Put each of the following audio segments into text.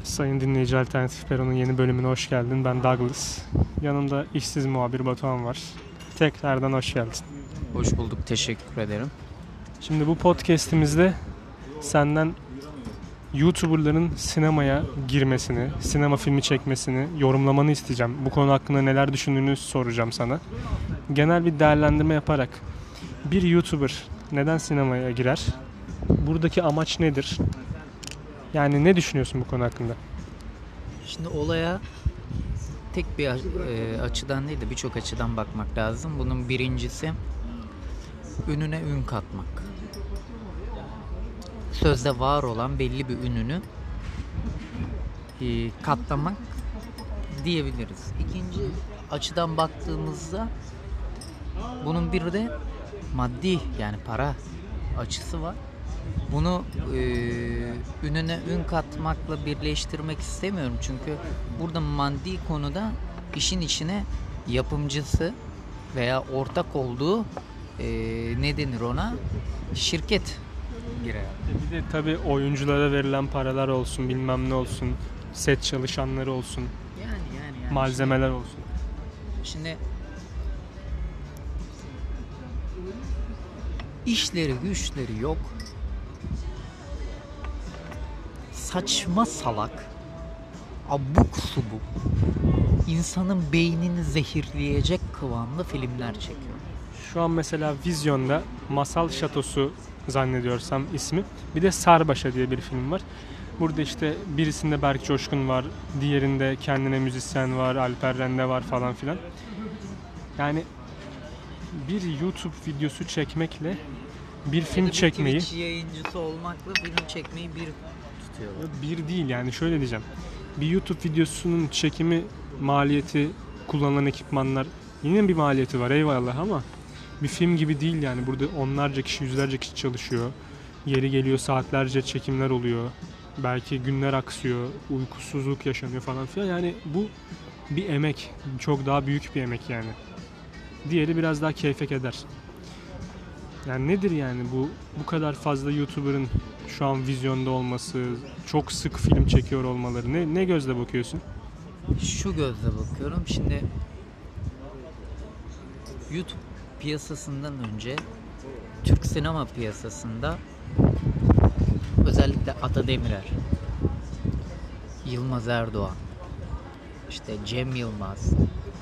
Sayın dinleyici, Alternatif Peron'un yeni bölümüne hoş geldin. Ben Douglas. Yanımda işsiz muhabir Batuhan var. Tekrardan hoş geldin. Hoş bulduk, teşekkür ederim. Şimdi bu podcast'imizde senden YouTuber'ların sinemaya girmesini, sinema filmi çekmesini yorumlamanı isteyeceğim. Bu konu hakkında neler düşündüğünü soracağım sana. Genel bir değerlendirme yaparak bir YouTuber neden sinemaya girer? Buradaki amaç nedir? Yani ne düşünüyorsun bu konu hakkında? Şimdi olaya tek bir açıdan değil de birçok açıdan bakmak lazım. Bunun birincisi ününe ün katmak. Sözde var olan belli bir ününü katlamak diyebiliriz. İkinci açıdan baktığımızda bunun bir de maddi, yani para açısı var. Bunu ününe ün katmakla birleştirmek istemiyorum. Çünkü burada maddi konuda işin içine yapımcısı veya ortak olduğu ne denir ona? Şirket girer. Bir de tabii oyunculara verilen paralar olsun, bilmem ne olsun, set çalışanları olsun, Yani malzemeler olsun. Şimdi işleri güçleri yok. Saçma salak, abuk subuk, insanın beynini zehirleyecek kıvamda filmler çekiyor. Şu an mesela vizyonda Masal Şatosu zannediyorsam ismi. Bir de Sarbaşa diye bir film var. Burada işte birisinde Berk Coşkun var, diğerinde kendine müzisyen var, Alper Rende var falan filan. Yani bir YouTube videosu çekmekle bir film çekmeyi, Twitch yayıncısı olmakla film çekmeyi bir tutuyorlar. bir değil yani şöyle diyeceğim. Bir YouTube videosunun çekimi maliyeti, kullanılan ekipmanlar yine bir maliyeti var eyvallah ama bir film gibi değil yani. Burada onlarca kişi, yüzlerce kişi çalışıyor. Yeri geliyor saatlerce çekimler oluyor. Belki günler aksıyor, uykusuzluk yaşanıyor falan filan. Yani bu bir emek, çok daha büyük bir emek yani. Diğeri biraz daha keyfe keder. Yani nedir yani bu kadar fazla YouTuber'ın şu an vizyonda olması, çok sık film çekiyor olmaları, ne gözle bakıyorsun? Şu gözle bakıyorum. Şimdi YouTube piyasasından önce Türk sinema piyasasında özellikle Ata Demirer, Yılmaz Erdoğan, işte Cem Yılmaz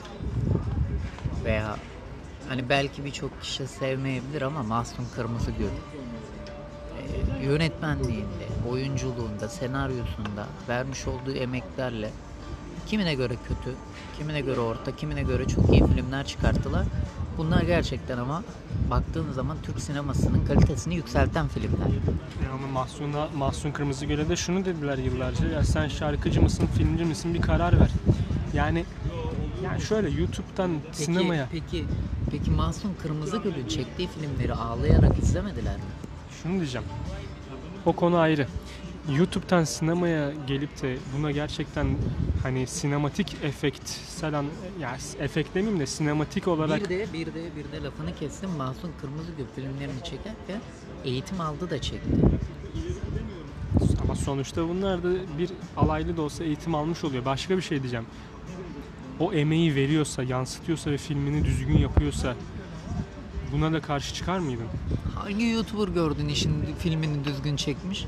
veya hani belki birçok kişi sevmeyebilir ama Mahsun Kırmızıgül yönetmenliğinde, oyunculuğunda, senaryosunda vermiş olduğu emeklerle kimine göre kötü, kimine göre orta, kimine göre çok iyi filmler çıkarttılar. Bunlar gerçekten ama baktığın zaman Türk sinemasının kalitesini yükselten filmler. Ama Mahsun Kırmızıgül'e de şunu dediler yıllarca. Ya sen şarkıcı mısın, filmci misin bir karar ver. Yani şöyle YouTube'dan sinemaya. Peki Mahsun Kırmızıgül'ün çektiği filmleri ağlayarak izlemediler mi? Şunu diyeceğim. O konu ayrı. YouTube'dan sinemaya gelip de buna gerçekten hani sinematik yani efekt demeyeyim de sinematik olarak Bir de lafını kestim. Mahsun Kırmızıgül filmlerini çekerken eğitim aldı da çekti. ama sonuçta bunlar da bir alaylı da olsa eğitim almış oluyor. Başka bir şey diyeceğim. O emeği veriyorsa, yansıtıyorsa ve filmini düzgün yapıyorsa buna da karşı çıkar mıydın? Hangi YouTuber gördün filmini düzgün çekmiş?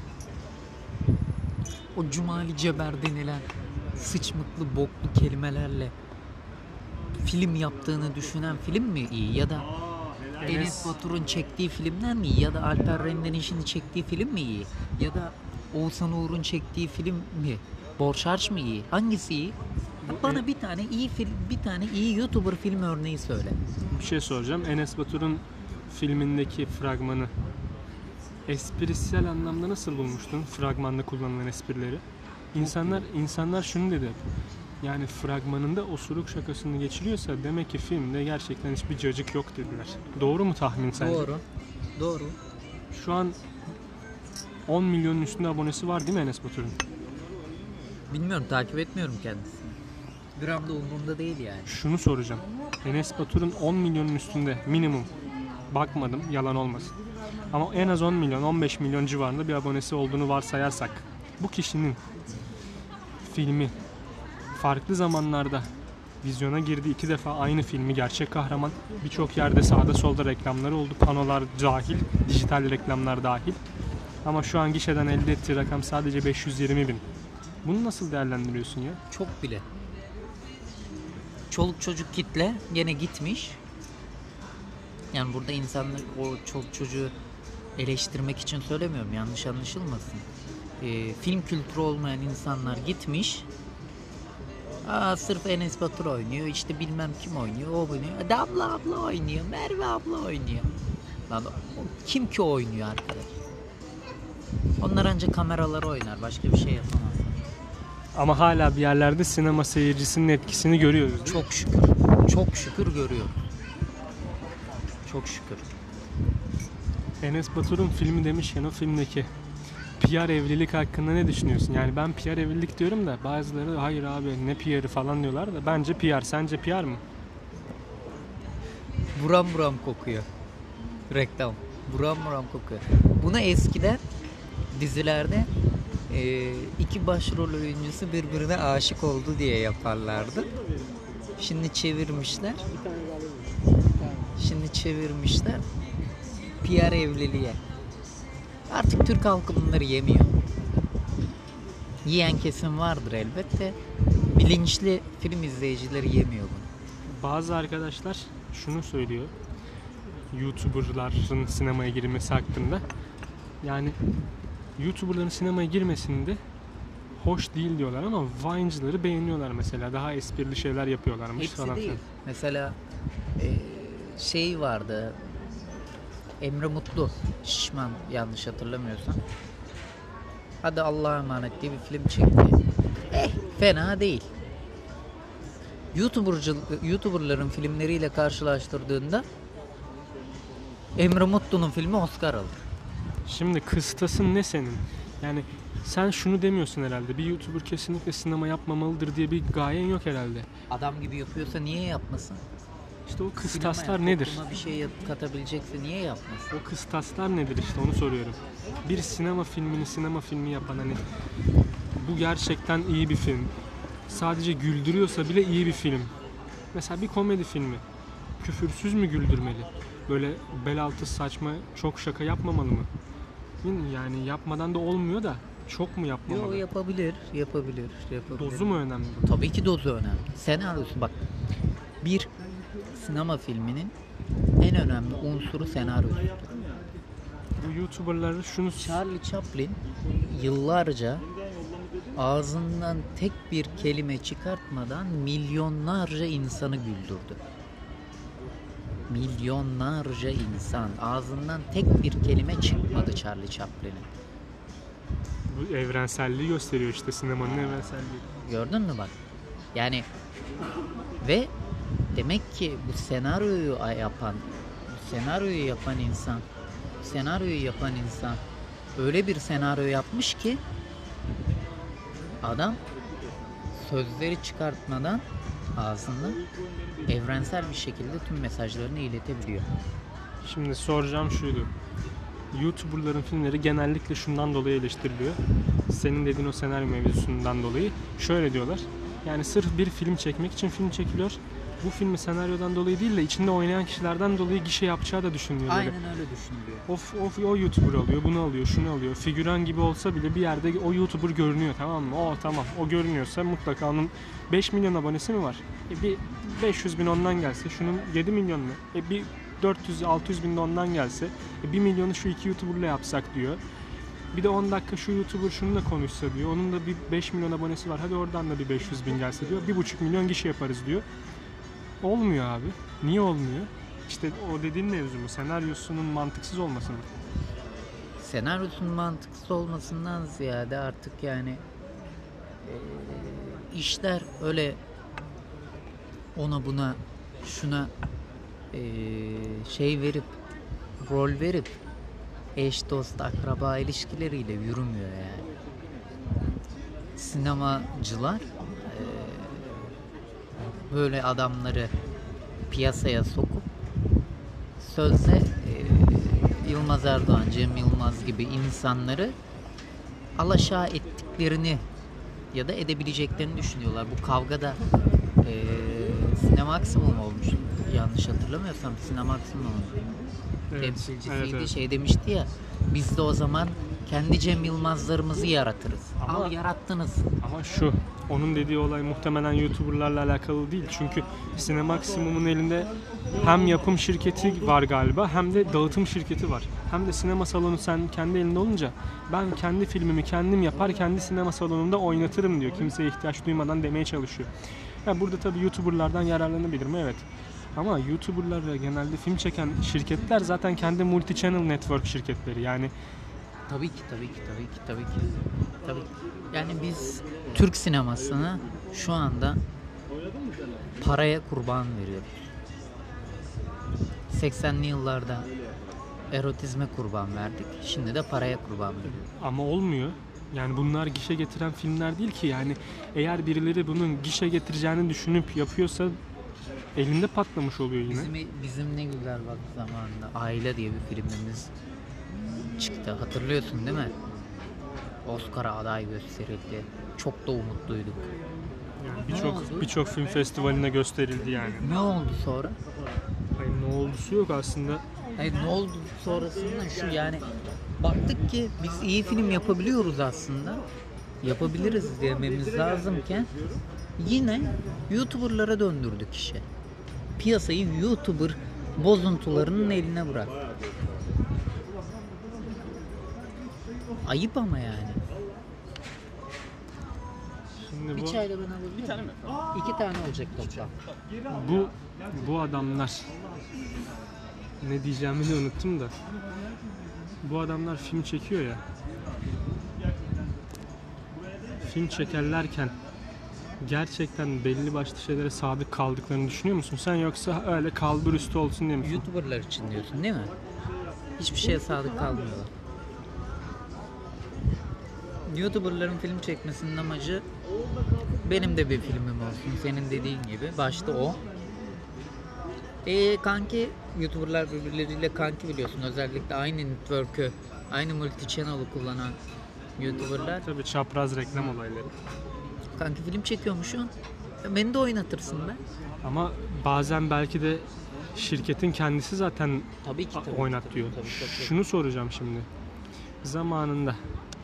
O Cumali Ceber denilen sıçmıklı boklu kelimelerle film yaptığını düşünen film mi iyi, ya da Enes Batur'un çektiği filmler mi iyi, ya da Alper Rende'nin çektiği film mi iyi, ya da Oğuzhan Uğur'un çektiği film mi, Borç Harç mı iyi? Hangisi iyi? Bana bir tane iyi YouTuber film örneği söyle. Bir şey soracağım. Enes Batur'un filmindeki fragmanı esprisel anlamda nasıl bulmuştun? Fragmanda kullanılan esprileri. İnsanlar şunu dedi. Yani fragmanında osuruk şakasını geçiriyorsa demek ki filmde gerçekten hiçbir cacık yok dediler. Doğru mu tahmin sence? Doğru. Şu an 10 milyonun üstünde abonesi var değil mi Enes Batur'un? Bilmiyorum, takip etmiyorum kendisini. Gram da umurumda değil yani. Şunu soracağım. Enes Batur'un 10 milyonun üstünde minimum, bakmadım yalan olmasın, ama en az 10 milyon 15 milyon civarında bir abonesi olduğunu varsayarsak bu kişinin filmi farklı zamanlarda vizyona girdi. 2 defa aynı filmi, gerçek kahraman. Birçok yerde sağda solda reklamları oldu. Panolar dahil, dijital reklamlar dahil. Ama şu an gişeden elde ettiği rakam sadece 520 bin. Bunu nasıl değerlendiriyorsun ya? Çok bile. Çoluk çocuk kitle gene gitmiş. Yani burada insanlar o çoluk çocuğu eleştirmek için söylemiyorum, yanlış anlaşılmasın. Film kültürü olmayan insanlar gitmiş. Sırf Enes Batur oynuyor, işte bilmem kim oynuyor, o oynuyor. Damla abla oynuyor, Merve abla oynuyor. Lan kim ki oynuyor arkadaş? Onlar ancak kameraları oynar, başka bir şey yapamaz. Ama hala bir yerlerde sinema seyircisinin etkisini görüyoruz. Değil mi? Çok şükür. Çok şükür görüyorum. Çok şükür. Enes Batur'un filmi demişken o filmdeki PR evlilik hakkında ne düşünüyorsun? Yani ben PR evlilik diyorum da bazıları hayır abi ne PR'ı falan diyorlar da bence PR. Sence PR mı? Buram buram kokuyor. Reklam. Buram buram kokuyor. Bunu eskiden dizilerde iki başrol oyuncusu birbirine aşık oldu diye yaparlardı. Şimdi çevirmişler. PR evliliğe. Artık Türk halkı bunları yemiyor. Yiyen kesim vardır elbette. Bilinçli film izleyicileri yemiyor bunu. Bazı arkadaşlar şunu söylüyor. YouTuber'ların sinemaya girmesi hakkında. Yani YouTuber'ların sinemaya girmesinde hoş değil diyorlar ama Vine'cıları beğeniyorlar mesela. Daha esprili şeyler yapıyorlarmış Hepsi falan değil. filan. Mesela şey vardı. Emre Mutlu. Şişman, yanlış hatırlamıyorsam. Hadi Allah'a emanet diye bir film çekti. Fena değil. YouTuber'ların filmleriyle karşılaştırdığında Emre Mutlu'nun filmi Oscar alır. Şimdi kıstasın ne senin? Yani sen şunu demiyorsun herhalde. Bir YouTuber kesinlikle sinema yapmamalıdır diye bir gayen yok herhalde. Adam gibi yapıyorsa niye yapmasın? İşte o kıstaslar Sinema nedir? topluma bir şey katabilecekse niye yapmasın? O kıstaslar nedir işte onu soruyorum. Bir sinema filmi yapan hani bu gerçekten iyi bir film. Sadece güldürüyorsa bile iyi bir film. Mesela bir komedi filmi. Küfürsüz mü güldürmeli? Böyle bel altı saçma çok şaka yapmamalı mı? Yani yapmadan da olmuyor da çok mu yapmamalı? Yo, yapabilir. Dozu mu önemli? Tabii ki dozu önemli. Senaryosu bak. Bir sinema filminin en önemli unsuru senaryosu. Bu YouTuber'ları şunu... Charlie Chaplin yıllarca ağzından tek bir kelime çıkartmadan milyonlarca insanı güldürdü. Milyonlarca insan. Ağzından tek bir kelime çıkmadı Charlie Chaplin'in. Bu evrenselliği gösteriyor işte sinnemanın evrenselliği. Gördün mü bak? Yani ve demek ki bu senaryoyu yapan insan öyle bir senaryo yapmış ki adam sözleri çıkartmadan ağzından evrensel bir şekilde tüm mesajlarını iletebiliyor. Şimdi soracağım şuydu. YouTuber'ların filmleri genellikle şundan dolayı eleştiriliyor. Senin dediğin o senaryo mevzusundan dolayı. Şöyle diyorlar. Yani sırf bir film çekmek için film çekiliyor. Bu filmi senaryodan dolayı değil de içinde oynayan kişilerden dolayı gişe yapacağı da düşünülüyor. Aynen öyle düşünülüyor. O YouTuber alıyor, bunu alıyor, şunu alıyor. Figüran gibi olsa bile bir yerde o YouTuber görünüyor, tamam mı? Tamam. O görünüyorsa mutlaka onun 5 milyon abonesi mi var? Bir 500 bin ondan gelse, şunun 7 milyon mu? Bir 400-600 bin de ondan gelse, 1 milyonu şu iki YouTuber'la yapsak diyor. Bir de 10 dakika şu YouTuber şununla konuşsa diyor. Onun da bir 5 milyon abonesi var. Hadi oradan da bir 500 bin gelse diyor. 1,5 milyon gişe yaparız diyor. Olmuyor abi. Niye olmuyor? İşte o dediğin mevzu mu? Senaryosunun mantıksız olması mı? Senaryosunun mantıksız olmasından ziyade artık yani işler öyle ona buna şuna şey verip rol verip eş dost akraba ilişkileriyle yürümüyor yani. Sinemacılar böyle adamları piyasaya sokup sözde Yılmaz Erdoğan, Cem Yılmaz gibi insanları alaşağı ettiklerini ya da edebileceklerini düşünüyorlar. Bu kavgada Cinemaximum olmuş. Yanlış hatırlamıyorsam Cinemaximum temsilcisiydi. evet. Şey demişti ya, biz de o zaman kendi Cem Yılmazlarımızı yaratırız. Ama- Al yarattınız. Ama onun dediği olay muhtemelen YouTuber'larla alakalı değil. Çünkü Cinemaximum'un elinde hem yapım şirketi var galiba hem de dağıtım şirketi var. Hem de sinema salonu sen kendi elinde olunca ben kendi filmimi kendim yapar kendi sinema salonunda oynatırım diyor. Kimseye ihtiyaç duymadan demeye çalışıyor. Yani burada tabii YouTuber'lardan yararlanabilir mi? Evet. Ama YouTuber'lar ve genelde film çeken şirketler zaten kendi multi-channel network şirketleri. Yani Tabii ki. Tabii. Yani biz Türk sinemasını şu anda paraya kurban veriyoruz. 80'li yıllarda erotizme kurban verdik. Şimdi de paraya kurban veriyoruz. ama olmuyor. Yani bunlar gişe getiren filmler değil ki. Yani eğer birileri bunun gişe getireceğini düşünüp yapıyorsa elinde patlamış oluyor yine. Bizim ne güzel bak zamanında Aile diye bir filmimiz çıktı. Hatırlıyorsun değil mi? Oscar'a aday gösterildi. Çok da umutluyduk. Yani Ne oldu? birçok film festivaline gösterildi yani. Ne oldu sonra? Hayır, ne oldusu yok aslında. Hayır, ne oldu sonrasında şu, yani baktık ki biz iyi film yapabiliyoruz aslında. Yapabiliriz dememiz lazımken yine YouTuber'lara döndürdük işi. Piyasayı YouTuber bozuntularının eline bırak. Ayıp ama yani. Şimdi Bir çay da ben alabilir miyim? 2 tane olacak toplam. bu adamlar ne diyeceğimi de unuttum da. Bu adamlar film çekiyor ya. Film çekerlerken gerçekten belli başlı şeylere sadık kaldıklarını düşünüyor musun sen, yoksa öyle kalbur üstü olsun diye mi? YouTuber'lar için diyorsun değil mi? Hiçbir şeye sadık kalmıyorlar. YouTuber'ların film çekmesinin amacı benim de bir filmim olsun. Senin dediğin gibi. Başta o. Kanki, YouTuber'lar birbirleriyle kanki biliyorsun. Özellikle aynı network'ü, aynı multi-channel'ı kullanan YouTuber'lar. Tabii çapraz reklam olayları. Kanki film çekiyormuşsun. Beni de oynatırsın be. Ama bazen belki de şirketin kendisi zaten Tabii ki. oynat diyor. Şunu soracağım şimdi. Zamanında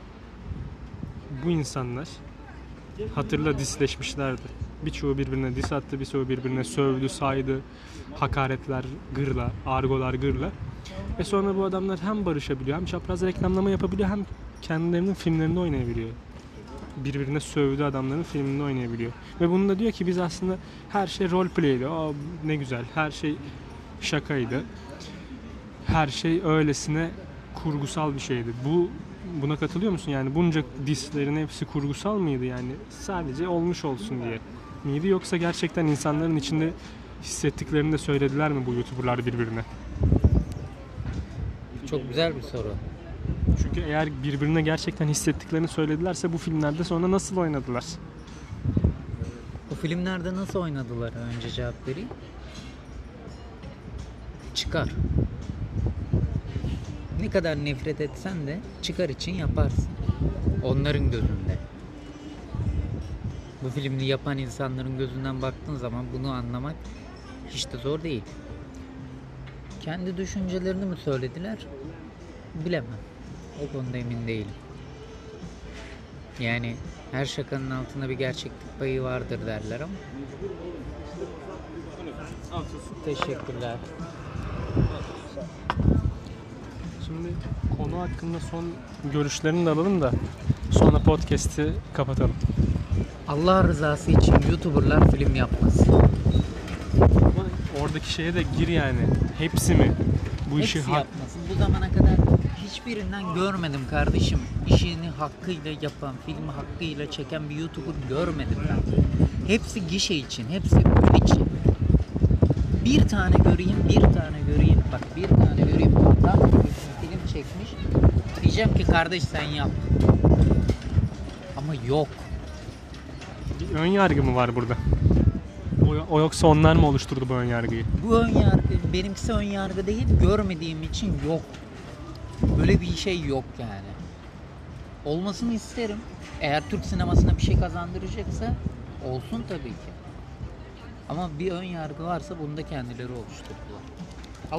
bu insanlar hatırla disleşmişlerdi. Birçoğu birbirine dis attı, birçoğu birbirine sövdü, saydı, hakaretler gırla, argolar gırla. Ve sonra bu adamlar hem barışabiliyor, hem çapraz reklamlama yapabiliyor, hem kendilerinin filmlerinde oynayabiliyor. Birbirine sövdü adamların filminde oynayabiliyor. Ve bunu da diyor ki biz aslında her şey roleplay'di. Aa, ne güzel. Her şey şakaydı. Her şey öylesine kurgusal bir şeydi. Buna katılıyor musun? Yani bunca dislerin hepsi kurgusal mıydı yani? Sadece olmuş olsun diye miydi, yoksa gerçekten insanların içinde hissettiklerini de söylediler mi bu YouTuber'lar birbirine? Çok güzel bir soru. Çünkü eğer birbirine gerçekten hissettiklerini söyledilerse bu filmlerde sonra nasıl oynadılar? Bu filmlerde nasıl oynadılar, önce cevap vereyim. Çıkar. Ne kadar nefret etsen de çıkar için yaparsın. Onların gözünde. Bu filmi yapan insanların gözünden baktığın zaman bunu anlamak hiç de zor değil. Kendi düşüncelerini mi söylediler? Bilemem. O konuda emin değilim. Yani her şakanın altında bir gerçeklik payı vardır derler ama. Teşekkürler. Şimdi konu hakkında son görüşlerini de alalım da sonra podcast'i kapatalım. Allah rızası için YouTuber'lar film yapmasın. Ama oradaki şeye de gir yani. Hepsi mi? Bu işi Hepsi yapmasın. Bu zamana kadar hiçbirinden görmedim kardeşim. İşini hakkıyla yapan, filmi hakkıyla çeken bir YouTuber görmedim ben. Hepsi gişe için, hepsi ürün için. Bir tane göreyim. Bak bir tane göreyim. Tam bir film çekmiş. Diyeceğim ki kardeş sen yap. Ama yok. Bir ön yargı mı var burada? O yoksa onlar mı oluşturdu bu ön yargıyı? Bu ön yargı, benimkisi ön yargı değil, görmediğim için yok. Böyle bir şey yok yani. Olmasını isterim. Eğer Türk sinemasına bir şey kazandıracaksa olsun tabii ki. Ama bir ön yargı varsa bunu da kendileri oluşturdular.